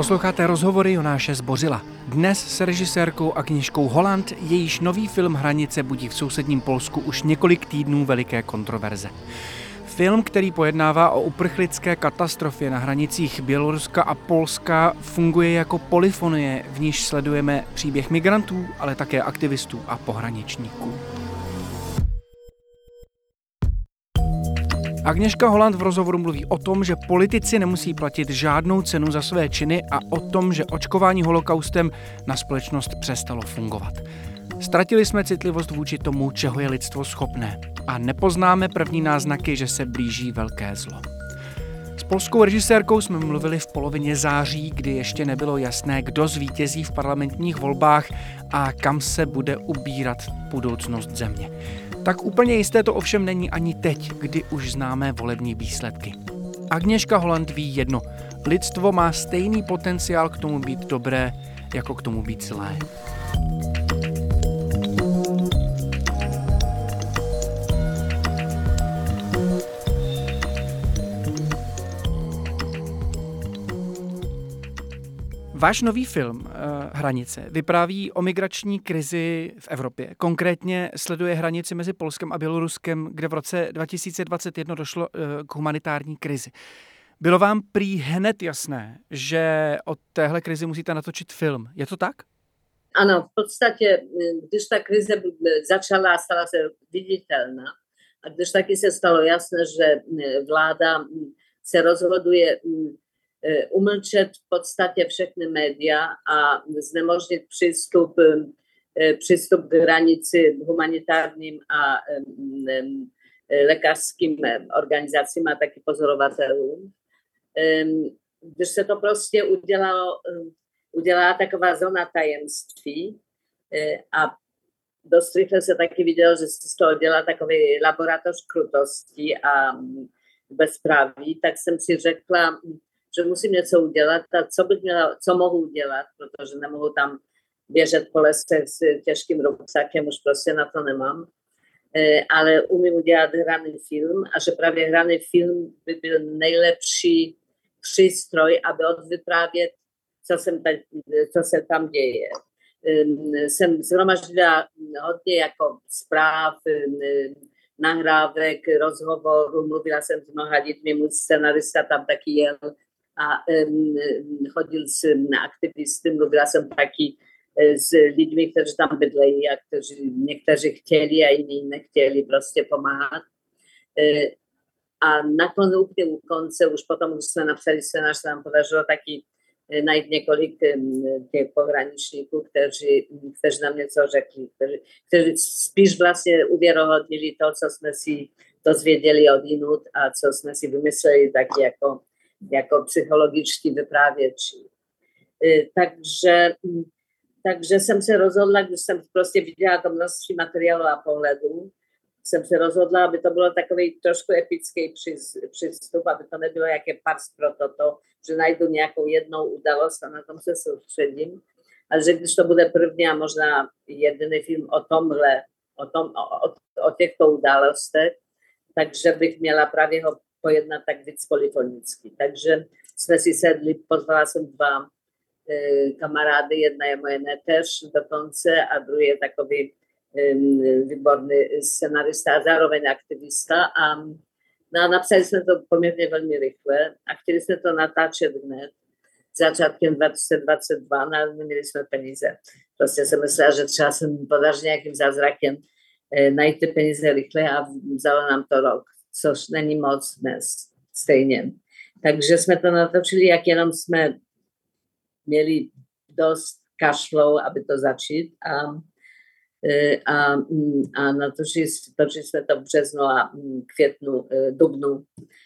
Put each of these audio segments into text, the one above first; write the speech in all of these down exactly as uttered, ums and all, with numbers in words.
Posloucháte rozhovory Jonáše Zbořila. Dnes s režisérkou Agnieszkou Holland, jejíž nový film Hranice budí v sousedním Polsku už několik týdnů veliké kontroverze. Film, který pojednává o uprchlické katastrofě na hranicích Běloruska a Polska, funguje jako polyfonie, v níž sledujeme příběh migrantů, ale také aktivistů a pohraničníků. Agnieszka Holland v rozhovoru mluví o tom, že politici nemusí platit žádnou cenu za své činy a o tom, že očkování holokaustem na společnost přestalo fungovat. Ztratili jsme citlivost vůči tomu, čeho je lidstvo schopné a nepoznáme první náznaky, že se blíží velké zlo. S polskou režisérkou jsme mluvili v polovině září, kdy ještě nebylo jasné, kdo zvítězí v parlamentních volbách a kam se bude ubírat budoucnost země. Tak úplně jisté to ovšem není ani teď, kdy už známe volební výsledky. Agnieszka Holland ví jedno. Lidstvo má stejný potenciál k tomu být dobré, jako k tomu být zlé. Váš nový film Hranice vypráví o migrační krizi v Evropě. Konkrétně sleduje hranici mezi Polskem a Běloruskem, kde v roce dva tisíce dvacet jedna došlo k humanitární krizi. Bylo vám prý hned jasné, že o téhle krizi musíte natočit film. Je to tak? Ano, v podstatě, když ta krize začala a stala se viditelná, a když taky se stalo jasné, že vláda se rozhoduje umlčet v podstatě všechny média a znemožnit přístup, přístup k hranici humanitárním a lékařským organizacím a taky pozorovatelům. Když se to prostě udělalo, udělala taková zóna tajemství a dost rychle se taky vidělo, že se z toho dělá takový laboratoř krutosti a bezpráví, tak jsem si řekla, že musím něco udělat a co bych měla, co mohu udělat, protože nemohu tam běžet po lese s těžkým ruksakem, už prostě na to nemám, e, ale umím udělat hraný film a že právě hraný film by byl nejlepší přístroj, aby odvyprávět, co, jsem ta, co se tam děje. E, jsem zhromaždila hodně jako zpráv, e, nahrávek, rozhovorů, mluvila jsem s mnoha lidmi, můj scenarista tam taky jel a um, chodil s aktivisty, mluvila jsem taky s lidmi, kteří tam bydlejí a kteří někteří chtěli a jiní nechtěli prostě pomáhat. E, a nakonec úplně u konce, už potom, když jsme napsali scénář, se nám podařilo taky najít několik těch pohraničníků, kteří, kteří nám něco řekli, kteří, kteří spíš vlastně uvěrohodnili to, co jsme si dozvěděli od jinut a co jsme si vymysleli taky jako jako psychologičtí vyprávěči. Takže, takže jsem se rozhodla, když jsem prostě viděla to množství materiálu a pohledů, jsem se rozhodla, aby to bylo takový trošku epický přístup, aby to nebylo jaké pars pro toto, že najdu nějakou jednou událost a na tom se soustředím. A že když to bude první a možná jediný film o tomhle, o, tom, o, o těchto událostech, takže bych měla právě ho pojednat tak víc polyfonicky. Takže jsme si sedli, pozvala jsem dva e, kamarády, jedna je moje neteř dokonce a druhý je takový e, výborný scenarista a zároveň aktivista. A, no a napsali jsme to poměrně velmi rychle a chtěli jsme to natáčet hned začátkem dva tisíce dvacet dva, ale neměli jsme peníze. Prostě jsem myslela, že třeba se mi podaří nějakým zázrakem e, najít ty peníze rychle a vzalo nám to rok, což není moc dnes stejně. Takže jsme to natočili, jak jenom jsme měli dost cash flow, aby to začít. A, a, a natočili, natočili jsme to v březnu a květnu, dubnu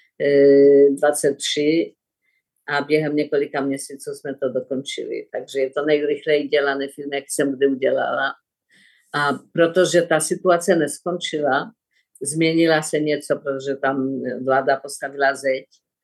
dvacet tři a během několika měsíců jsme to dokončili. Takže je to nejrychleji dělaný film, jak jsem kdy udělala. A protože ta situace neskončila, změnila se něco, protože tam vláda postavila zeď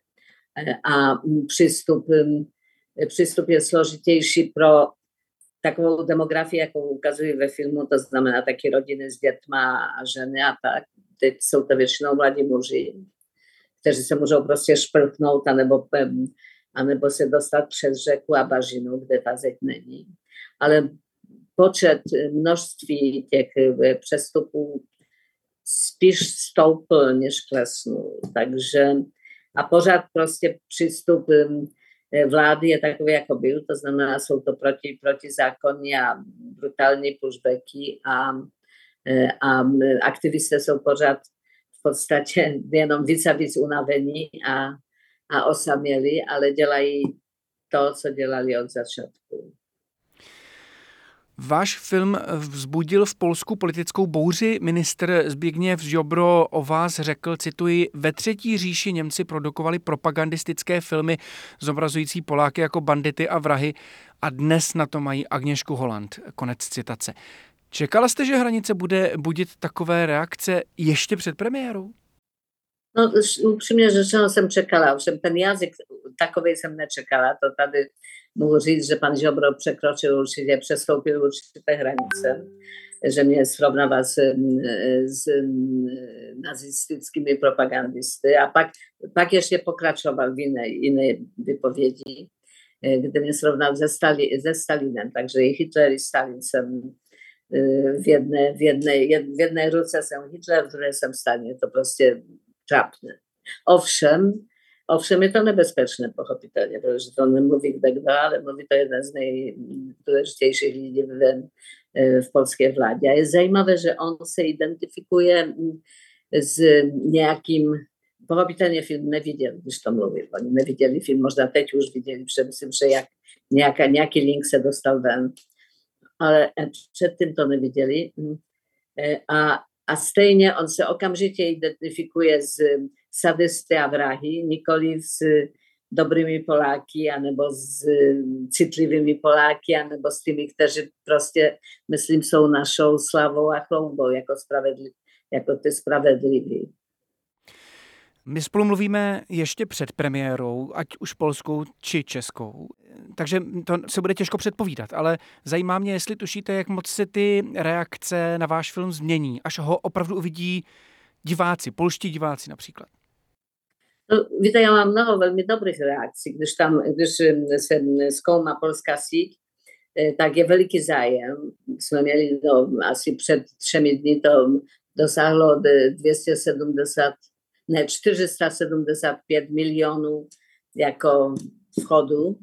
a přístup, přístup je složitější pro takovou demografii, jakou ukazují ve filmu, to znamená taky rodiny s dětma a ženy a tak. Teď jsou to většinou mladí muži, kteří se můžou prostě šprchnout anebo anebo se dostat přes řeku a bažinu, kde ta zeď není. Ale počet, množství těch přestupů spíš stoupl, než klesnul. Takže a pořád prostě přístup vlády je takový, jako byl, to znamená, jsou to proti, protizákonní a brutální pushbacky a, a aktivisté jsou pořád v podstatě jenom víc a víc unavení a, a osamělí, ale dělají to, co dělali od začátku. Váš film vzbudil v Polsku politickou bouři. Ministr Zbigniew Ziobro o vás řekl, cituji, ve třetí říši Němci produkovali propagandistické filmy zobrazující Poláky jako bandity a vrahy a dnes na to mají Agněšku Holland. Konec citace. Čekala jste, že Hranice bude budit takové reakce ještě před premiérou? No, upřímně řečeno jsem čekala, ovšem ten jazyk takový jsem nečekala, to tady mohu říct, že pan Ziobro překročil určitě, přestoupil určité hranice, že mě srovnává s, s nazistickými propagandisty a pak, pak ještě pokračoval v jiné, jiné vypovědi, kde mě srovnal ze, Stali, ze Stalinem, takže i Hitler i Stalin jsem v jedné, v jedné, v jedné ruce jsem Hitler, v druhé jsem Stalin, je to prostě trapné. Ovšem, Ovšem je to nebezpečné, pochopitelně, protože to nemluví kdo, ale mluví to jeden z nejdůležitějších lidí v, v polské vládě. A je zajímavé, že on se identifikuje s nějakým, pochopitelně film neviděl, když to mluvil. Oni neviděli film, možná teď už viděli, protože myslím, že jak, nějaká, nějaký link se dostal ven, ale předtím to neviděli. A, a stejně on se okamžitě identifikuje s sadisty a vrahy, nikoli s dobrými Poláky, anebo s citlivými Poláky, anebo s těmi, kteří prostě, myslím, jsou našou slavou a chloubou, jako, spravedli, jako ty spravedliví. My spolu mluvíme ještě před premiérou, ať už polskou či českou, takže to se bude těžko předpovídat, ale zajímá mě, jestli tušíte, jak moc se ty reakce na váš film změní, až ho opravdu uvidí diváci, polští diváci například. No, víte, já mám mnoho velmi dobrých reakcí, když tam, když se zkoumá polská síť, tak je veliký zájem. Jsme měli no, asi před třemi dny to dosáhlo dvě stě sedmdesát, ne, čtyři sta sedmdesát pět milionů jako vchodu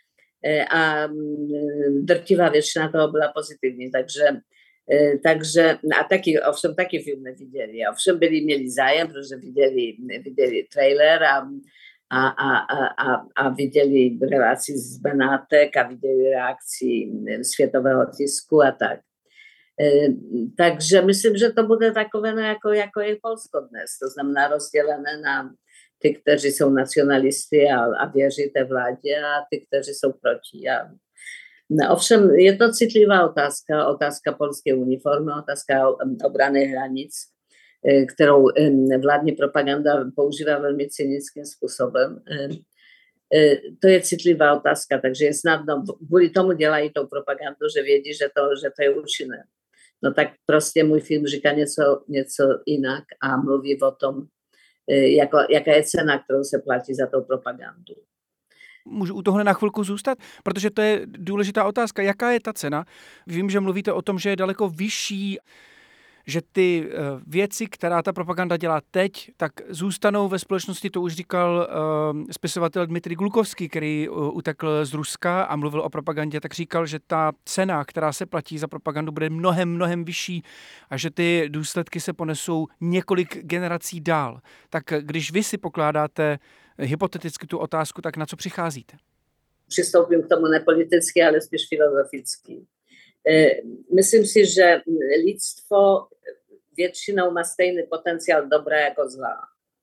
a drtivá většina toho byla pozitivní, takže Takže, a taky, ovšem taky film neviděli. Ovšem byli, měli zájem, protože viděli, viděli trailer a, a, a, a, a viděli relaci z Benátek a viděli reakci světového tisku a tak. E, takže myslím, že to bude takové, no, jako, jako je Polsko dnes. To znamená rozdělené na ty, kteří jsou nacionalisty a, a věří té vládě a ty, kteří jsou proti. A, No, ovšem je to citlivá otázka, otázka polské uniformy, otázka obrany hranic, kterou vládní propaganda používá velmi cynickým způsobem. To je citlivá otázka, takže je snadno, kvůli tomu dělají tou propagandu, že vědí, že to, že to je účinné. No tak prostě můj film říká něco, něco jinak a mluví o tom, jako, jaká je cena, kterou se platí za tou propagandu. Můžu u tohle na chvilku zůstat, protože to je důležitá otázka. Jaká je ta cena? Vím, že mluvíte o tom, že je daleko vyšší, že ty věci, která ta propaganda dělá teď, tak zůstanou ve společnosti, to už říkal uh, spisovatel Dmitrij Glukovský, který uh, utekl z Ruska a mluvil o propagandě, tak říkal, že ta cena, která se platí za propagandu, bude mnohem, mnohem vyšší a že ty důsledky se ponesou několik generací dál. Tak když vy si pokládáte hypoteticky tu otázku, tak na co přicházíte? Přistoupím k tomu nepoliticky, ale spíš filozoficky. Myslím si, že lidstvo většinou má stejný potenciál dobra jako zla.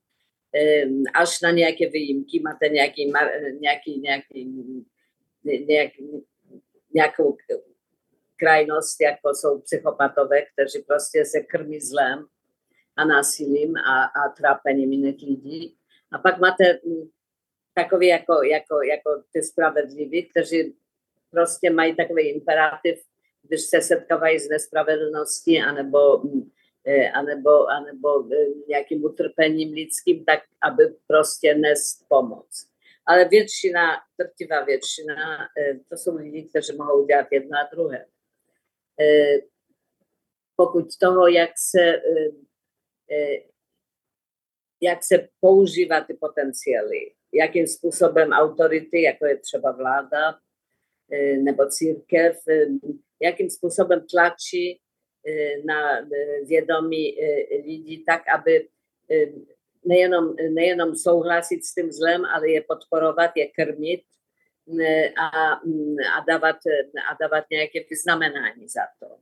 Až na nějaké výjimky máte nějaký, nějaký, nějaký, nějaký, nějakou krajnost, jako jsou psychopatové, kteří prostě se krmí zlem a násilím a, a trápením jiných lidí. A pak máte takový jako, jako, jako ty spravedliví, kteří prostě mají takový imperativ, když se setkávají s nespravedlností anebo, anebo, anebo nějakým utrpením lidským, tak aby prostě nést pomoc. ale většina, drtivá většina, to jsou lidi, kteří mohou dělat jedno a druhé. Pokud toho, jak se, jak se používá ty potenciály, jakým způsobem autority, jako je třeba vláda nebo církev, jakým způsobem tlačí na vědomí lidí tak, aby nejenom, nejenom souhlasit s tím zlem, ale je podporovat, je krmit a, a, dávat, a dávat nějaké vyznamenání za to.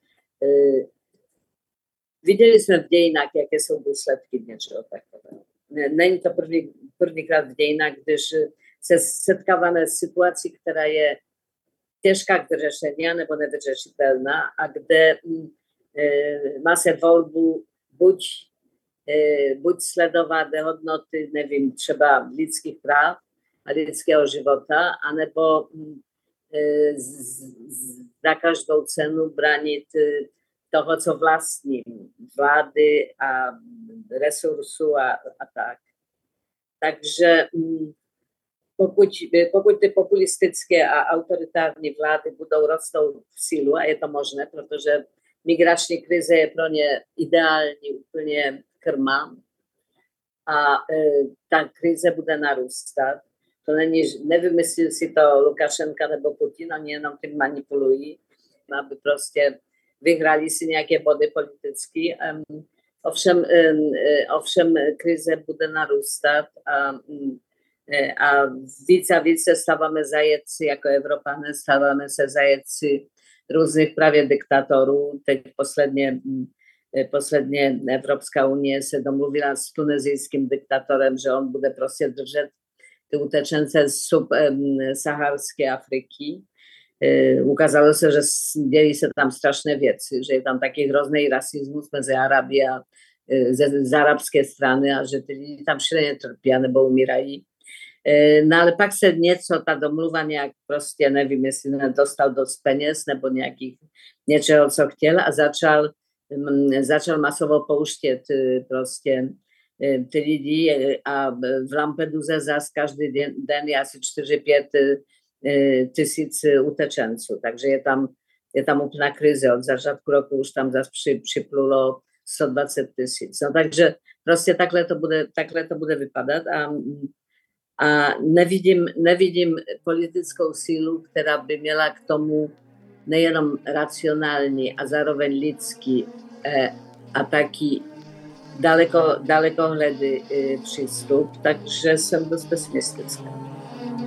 Viděli jsme v dějinách, jaké jsou důsledky něčeho takového. Není to první, prvníkrát v dějinách, když se setkáváme s situací, která je těžká k vyřešení nebo nevyřešitelná a kde e, má se volbu buď, e, buď sledovat hodnoty, nevím, třeba lidských práv a lidského života, anebo e, z, z, za každou cenu bránit toho, co vlastní, vlády a resursu a, a tak. Takže pokud, pokud ty populistické a autoritární vlády budou rostou v sílu, a je to možné, protože migrační krize je pro ně ideální úplně krma a e, ta krize bude narůstat. To není, nevymyslí si to Lukašenka nebo Putin, oni jenom tím manipulují, aby prostě vyhráli si nějaké body politicky. Um, ovšem, um, ovšem krize bude narůstat a, um, a víc a víc se stáváme zajetci, jako Evropané, stáváme se zajetci různých právě diktatorů. Teď posledně, posledně Evropská unie se domluvila s tunezijským diktatorem, že on bude prostě držet ty utečence z subsaharské Afriky. Ukázalo se, že dějí se tam strašné věci, že je tam taký hrozný rasismus mezi Araby a z, z arabské strany a že ty lidi tam šíleně trpí nebo umírají. No ale pak se něco, ta domluva nějak prostě, nevím, jestli nedostal dost peněz nebo nějakých, něčeho, co chtěl a začal, začal masovo pouštět prostě ty lidi a v Lampeduze zas každý den, den je asi čtyři pět tisíc utečenců, takže je tam, je tam úplná krize. Od začátku roku už tam zase při, připlulo sto dvacet tisíc. No, takže prostě takhle to bude, takhle to bude vypadat a, a nevidím, nevidím politickou sílu, která by měla k tomu nejenom racionální a zároveň lidský eh, a taky daleko, dalekohledý eh, přístup, takže jsem dost pesimistická.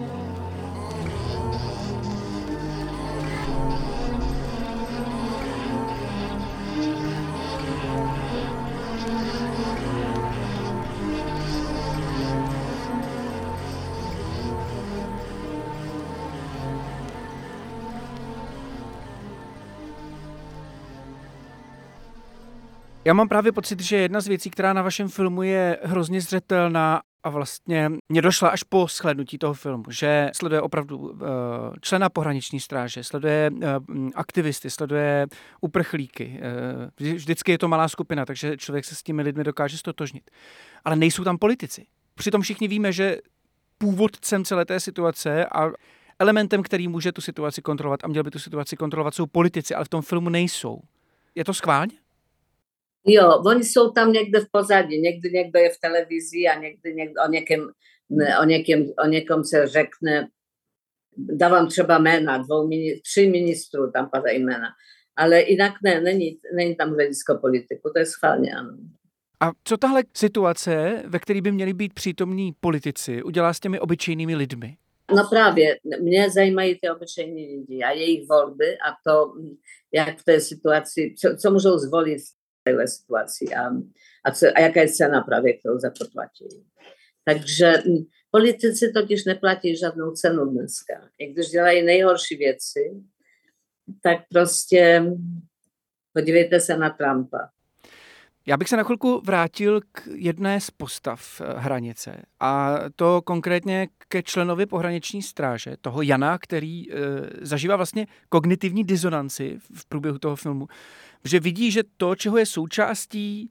Já mám právě pocit, že jedna z věcí, která na vašem filmu je hrozně zřetelná a vlastně mě došla až po shlédnutí toho filmu, že sleduje opravdu uh, člena pohraniční stráže, sleduje uh, aktivisty, sleduje uprchlíky. Uh, vždycky je to malá skupina, takže člověk se s těmi lidmi dokáže stotožnit. Ale nejsou tam politici. Přitom všichni víme, že původcem celé té situace a elementem, který může tu situaci kontrolovat a měl by tu situaci kontrolovat, jsou politici, ale v tom filmu nejsou. Je to schválně? Jo, oni jsou tam někde v pozadí, někdy někdo je v televizi a někdy někdo o někom, o někom, o někom se řekne, dávám třeba jména, dvou, tři ministrů tam padají jména, ale jinak ne, není, není tam hledisko politiku, to je schválně, ano. A co tahle situace, ve které by měli být přítomní politici, udělá s těmi obyčejnými lidmi? No právě, mě zajímají ty obyčejní lidi a jejich volby a to, jak v té situaci, co, co můžou zvolit téhle situaci a, a, co, a jaká je cena právě, kterou za to platí. Takže politici totiž neplatí žádnou cenu dneska. I když dělají nejhorší věci, tak prostě podívejte se na Trumpa. Já bych se na chvilku vrátil k jedné z postav Hranice a to konkrétně ke členovi pohraniční stráže, toho Jana, který e, zažívá vlastně kognitivní disonanci v průběhu toho filmu, že vidí, že to, čeho je součástí,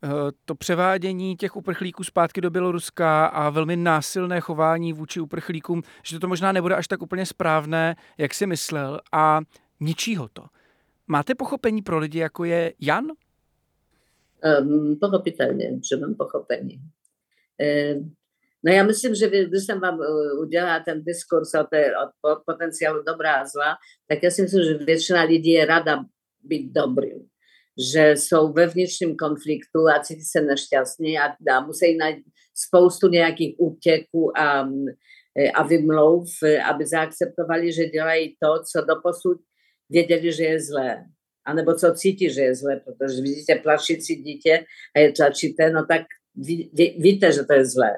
to převádění těch uprchlíků zpátky do Běloruska a velmi násilné chování vůči uprchlíkům, že to možná nebude až tak úplně správné, jak si myslel, a ničí ho to. Máte pochopení pro lidi, jako je Jan? Um, pochopitelně, že mám pochopení. Um, no já myslím, že když jsem vám udělala ten diskurs o, té, o potenciálu dobra a zla, tak já si myslím, že většina lidí je rada být dobrým. Že jsou ve vnitřním konfliktu a cítí se nešťastní a, a musí najít spoustu nějakých útěků a, a vymlouv, aby zaakceptovali, že dělají to, co doposud věděli, že je zlé. A nebo co cítí, že je zlé, protože vidíte plačící dítě a je tlačíte, no tak ví, ví, víte, že to je zlé.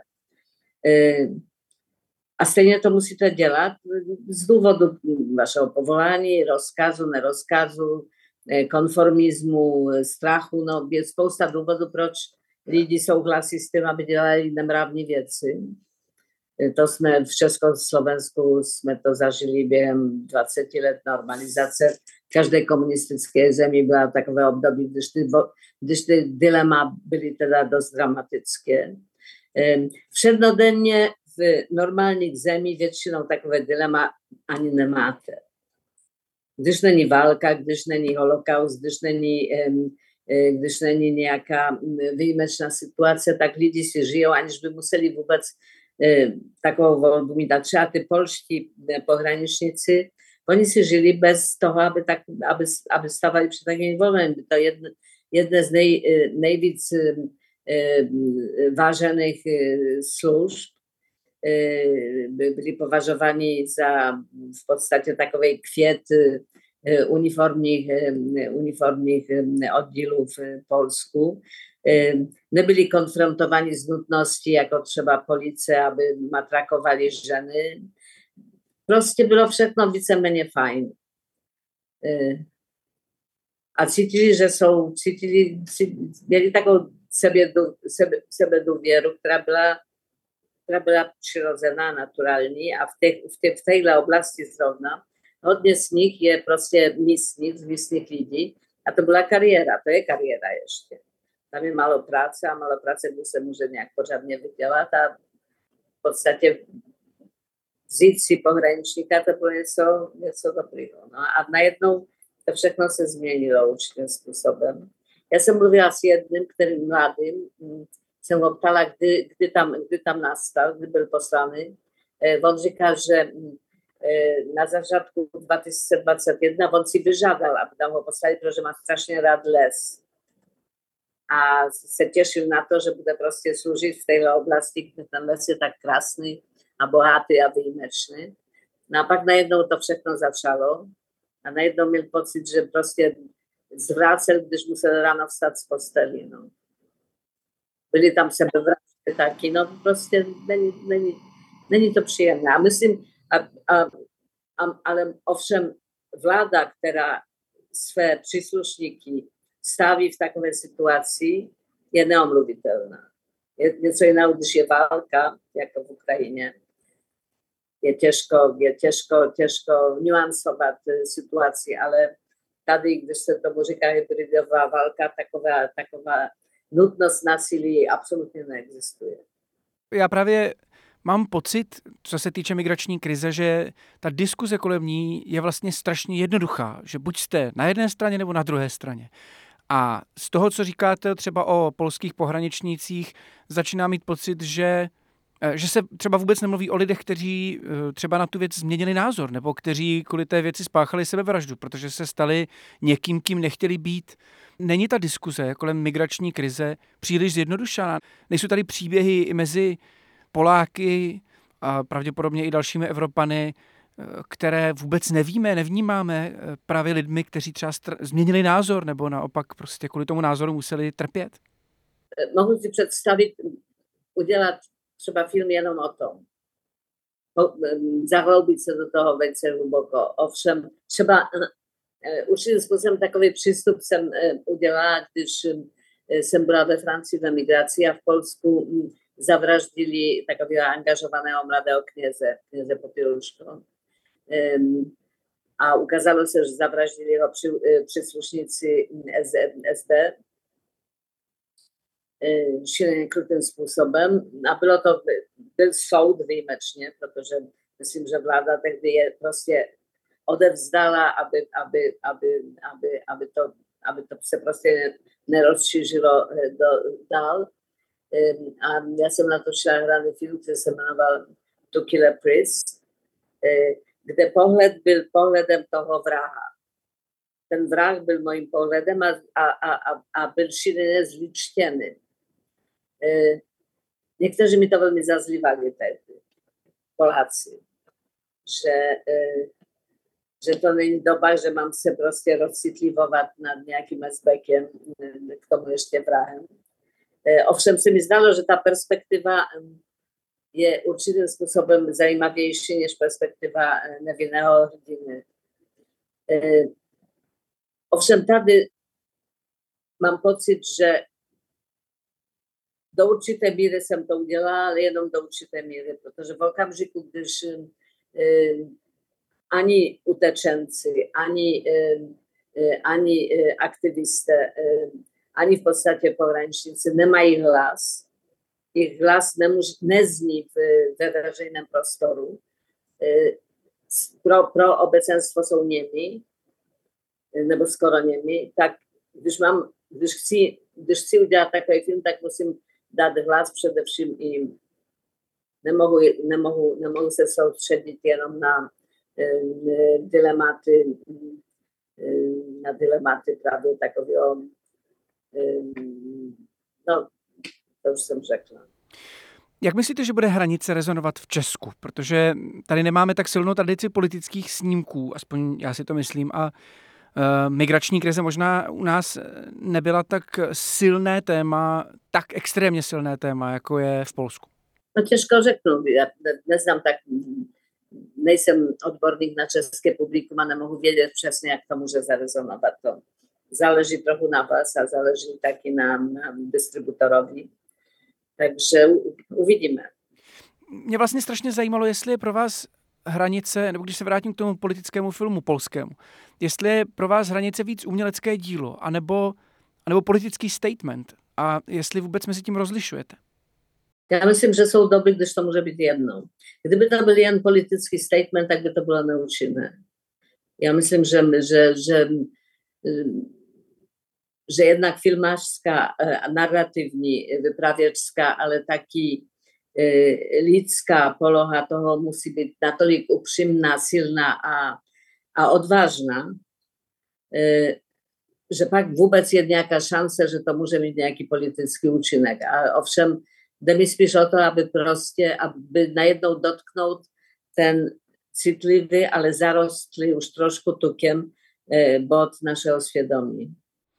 A stejně to musíte dělat z důvodu vašeho povolání, rozkazu, nerozkazu, konformismu, strachu, no je spousta důvodů, proč lidi souhlasí s tím, aby dělali nemravní věci. To jsme v Československu jsme to zažili během dvacet let normalizace. V každé komunistické zemi byla takové období, když ty, když ty dilema byly teda dost dramatické. Všednodenně v normálních zemích většinou takové dilema ani nemáte. Když není válka, když není holokaust, když není, když není nějaká výjimečná situace, tak lidi si žijou, aniž by museli vůbec takovou volbu mít. A třeba ty polští pohraničníci, oni si žili bez toho, aby, tak, aby, aby stavali před takým volbami. To je jedno, jedné z nej, nejvíc vážených služb. Byli považowani za w podstawie takowej kwiet uniformnych, uniformnych oddziałów w Polsku. Nie byli konfrontowani z nudności, jako trzeba policję, aby matrakowali żeny. Proste było wszystko wicemennie fajne. A cítili, że są, cítili, mieli taką sobie, sobie, sobie dowieru, która była która była przyrodzona, naturalnie, a w tej, w tej, w tej oblasti zrovna hodně z nich je prostě místních, z místních lidí a to byla kariéra, to je kariéra ještě. Tam je málo práce a málo práce, kdy se může nějak pořádně vydělat a v podstatě vzít si pohraničníka, to bylo něco, něco dobrého. No a najednou to všechno se změnilo určitým způsobem. Já jsem mluvila s jedním, kterým mladým, jsem ho ptala, kdy, kdy, tam, kdy tam nastal, kdy byl poslaný. On říkal, že na začátku dva tisíce dvacet jedna on si vyžádal, aby tam ho poslali, protože má strašně rád les. A se těšil na to, že bude prostě služit v této oblasti, kde ten les je tak krásný a bohatý a výjimečný. No a pak najednou to všechno začalo a najednou měl pocit, že prostě zvrácel, když musel ráno vstát z posteli, no. Byli tam sebevraždy taky, no prostě není, není, není to příjemné. A myslím, a, a, a, ale ovšem vláda, která své příslušníky staví v takové situaci, je neomluvitelná. Je něco jiného, když je válka, jako v Ukrajině. Je těžko, je těžko, těžko nuansovat situaci, ale tady, když se tomu říká hybridová válka, taková, taková nutnost násilí absolutně neexistuje. Já právě mám pocit, co se týče migrační krize, že ta diskuze kolem ní je vlastně strašně jednoduchá, že buď jste na jedné straně nebo na druhé straně. A z toho, co říkáte třeba o polských pohraničnících, začíná mít pocit, že, že se třeba vůbec nemluví o lidech, kteří třeba na tu věc změnili názor, nebo kteří kvůli té věci spáchali sebevraždu, protože se stali někým, kým nechtěli být. Není ta diskuze kolem migrační krize příliš zjednodušená? Nejsou tady příběhy i mezi Poláky a pravděpodobně i dalšími Evropany, které vůbec nevíme, nevnímáme právě lidmi, kteří třeba str- změnili názor nebo naopak prostě kvůli tomu názoru museli trpět? Mohu si představit, udělat třeba film jenom o tom. Zahloubit se do toho velice hluboko. Ovšem třeba určitým způsobem takový přístup jsem udělala, když jsem byla ve Francii v emigraci a v Polsku zavraždili takového angažovaného mladého kněze, kněze Popieluszko. A ukázalo se, že zavraždili ho při, příslušníci S D. šíleně krutým způsobem. A bylo to, byl soud výjimečně, protože myslím, že vláda tehdy je prostě odevzdala, aby, aby, aby, aby, aby, to, aby to se prostě nerozšířilo do, dál. A já jsem natočila hraný film, který se jmenoval To Kill a Priest, kde pohled byl pohledem toho vraha. Ten vrah byl mojím pohledem a, a, a, a byl šíleně zličtěný. Někteří mi to velmi zazlívali tehdy, Poláci, že, že to není doba, že mám se prostě rozcitlivovat nad nějakým aspektem, k tomu ještě vrahem. Ovšem se mi zdálo, že ta perspektiva je určitým způsobem zajímavější než perspektiva nevinného hrdiny. Ovšem tady mám pocit, že do určité míry jsem to udělala, ale jenom do určité míry, protože v okamžiku, když ani utečenci, ani, ani aktivisté, ani v podstatě pohraničníci nemají hlas. Jejich hlas nemůže, nezní v, ve veřejném prostoru. Pro, pro obecenstvo jsou němi, nebo skoro němi, tak když, mám, když, chci, když chci udělat takový film, tak musím dát hlas především jim. Nemohu, nemohu, nemohu se soustředit jenom na eh, dilematy, eh, na dilematy právě takového. No, to už jsem řekla. Jak myslíte, že bude Hranice rezonovat v Česku? Protože tady nemáme tak silnou tradici politických snímků, aspoň já si to myslím, a uh, migrační krize možná u nás nebyla tak silné téma, tak extrémně silné téma, jako je v Polsku. No těžko řeknu, já neznám tak, nejsem odborník na české publikum a nemohu vědět přesně, jak to může zarezonovat to. Záleží trochu na vás a záleží taky na, na distributorovi. Takže uvidíme. Mě vlastně strašně zajímalo, jestli je pro vás Hranice, nebo když se vrátím k tomu politickému filmu polskému, jestli je pro vás Hranice víc umělecké dílo, anebo, anebo politický statement a jestli vůbec mezi tím rozlišujete. Já myslím, že jsou doby, když to může být jedno. Kdyby to byl jen politický statement, tak by to bylo neúčinné. Já myslím, že, že, že že jednak filmářská, narrativní, vypravěčská, ale taky lidská poloha toho musí být natolik upřímná, silná a, a odvážná, že pak vůbec je nějaká šance, že to může mít nějaký politický účinek. A ovšem jde mi spíš o to, aby prostě, aby najednou dotknout ten citlivý, ale zarostlý už trošku tukem bod našeho svědomí.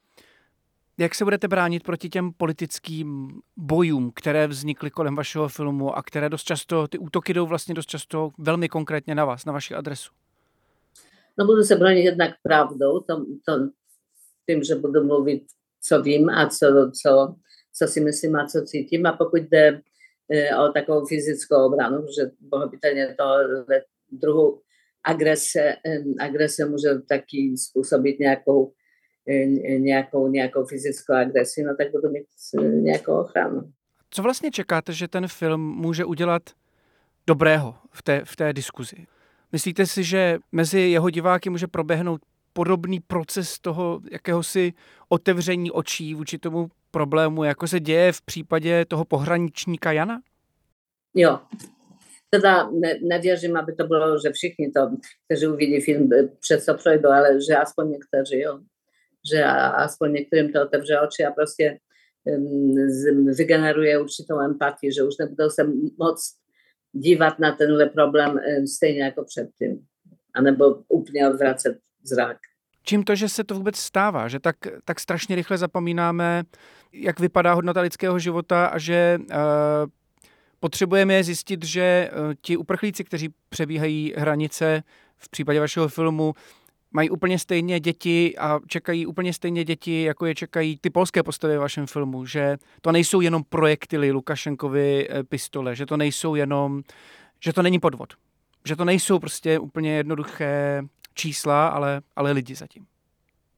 Jak se budete bránit proti těm politickým bojům, které vznikly kolem vašeho filmu a které dost často, ty útoky jdou vlastně dost často velmi konkrétně na vás, na vaši adresu? No budu se bránit jednak pravdou, to, to, tím, že budu mluvit, co vím a co, co, co si myslím a co cítím. A pokud jde e, o takovou fyzickou obranu, že pochopitelně to druhu agrese, e, agrese může taky způsobit nějakou Nějakou, nějakou fyzickou agresi, no tak budu mít nějakou ochranu. Co vlastně čekáte, že ten film může udělat dobrého v té, v té diskuzi? Myslíte si, že mezi jeho diváky může proběhnout podobný proces toho jakéhosi otevření očí vůči tomu problému, jako se děje v případě toho pohraničníka Jana? Jo. Teda ne, nevěřím, aby to bylo, že všichni to, kteří uvidí film, přes to projdou, ale že aspoň někteří, jo. Že aspoň některým to otevře oči a prostě um, vygeneruje určitou empatii, že už nebudou se moc dívat na tenhle problém um, stejně jako předtím. A nebo úplně odvracet zrak. Čím to, že se to vůbec stává, že tak, tak strašně rychle zapomínáme, jak vypadá hodnota lidského života a že uh, potřebujeme zjistit, že uh, ti uprchlíci, kteří přebíhají hranice v případě vašeho filmu, mají úplně stejně děti a čekají úplně stejně děti, jako je čekají ty polské postavy v vašem filmu, že to nejsou jenom projektily Lukašenkovy pistole, že to nejsou jenom, že to není podvod, že to nejsou prostě úplně jednoduché čísla, ale, ale lidi zatím.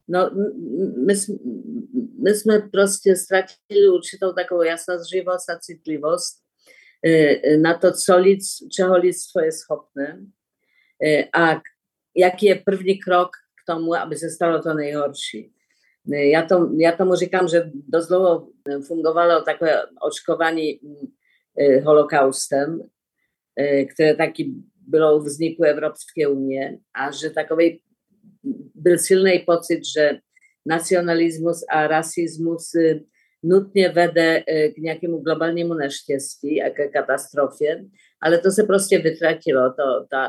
no, my, my sme proste stratili určitú takovou jasnozřivost a citlivost na to, co lid, čeho lidstvo je schopné a jaký je první krok k tomu, aby se stalo to nejhorší. Já, to, já tomu říkám, že dost dlouho fungovalo takové očkování holokaustem, které taky bylo u vzniku Evropské unie a že takový byl silný pocit, že nacionalismus a rasismus nutně vede k nějakému globálnímu neštěstí a k katastrofě, ale to se prostě vytratilo. To, ta,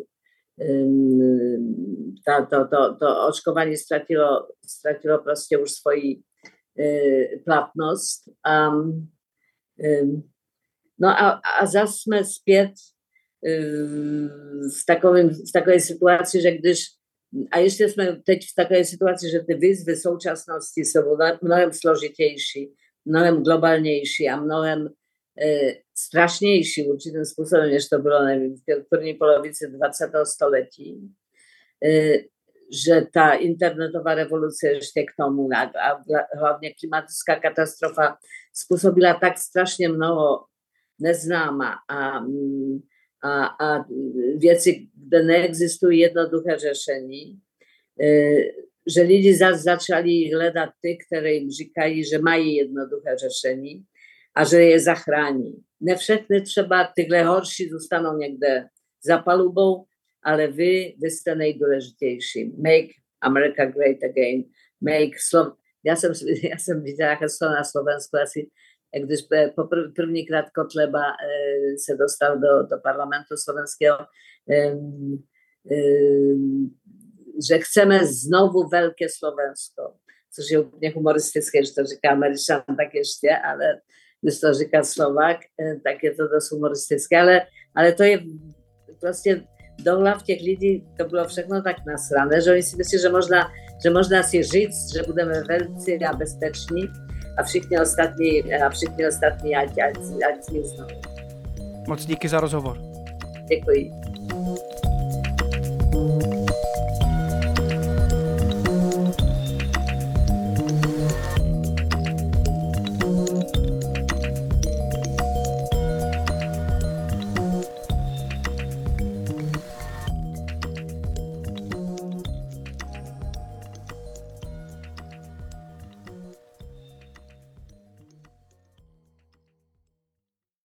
ta, to, to, to očkování ztratilo, ztratilo prostě už svoji platnost. A, no a, a zase jsme zpět v, takovým, v takové situaci, že když a ještě jsme teď v takové situaci, že ty výzvy současnosti jsou mnohem složitější, mnohem globálnější a mnohem e, strašnější určitým způsobem, než to bylo, nevím, v první polovici dvacátého století, e, že ta internetová revoluce ještě k tomu a, a hlavně klimatická katastrofa způsobila tak strašně mnoho neznáma a A, a věci, kde neexistují jednoduché řešení, že lidi zase začali hledat ty, které jim říkají, že mají jednoduché řešení a že je zachrání. Ne všechny třeba tyhle horší zůstanou někde za palubou, ale vy, vy jste nejdůležitější. Make America great again. Make Slov... Já jsem, já jsem viděla heslo na Slovensku asi, když po prvníkrát Kotleba e, se dostal do, do parlamentu slovenského, e, e, že chceme znovu velké Slovensko, což je úplně humoristické, že to říká Američan, tak ještě, ale když to říká Slovák, e, tak je to dost humoristické, ale, ale to je prostě do hlav těch lidí, to bylo všechno tak nasrané, že oni si myslí, že možná, že možná si říct, že budeme velcí a bezpeční, a všichni ostatní, a všichni ostatní, ať, ať, ať zmiznou. Moc díky za rozhovor. Děkuji.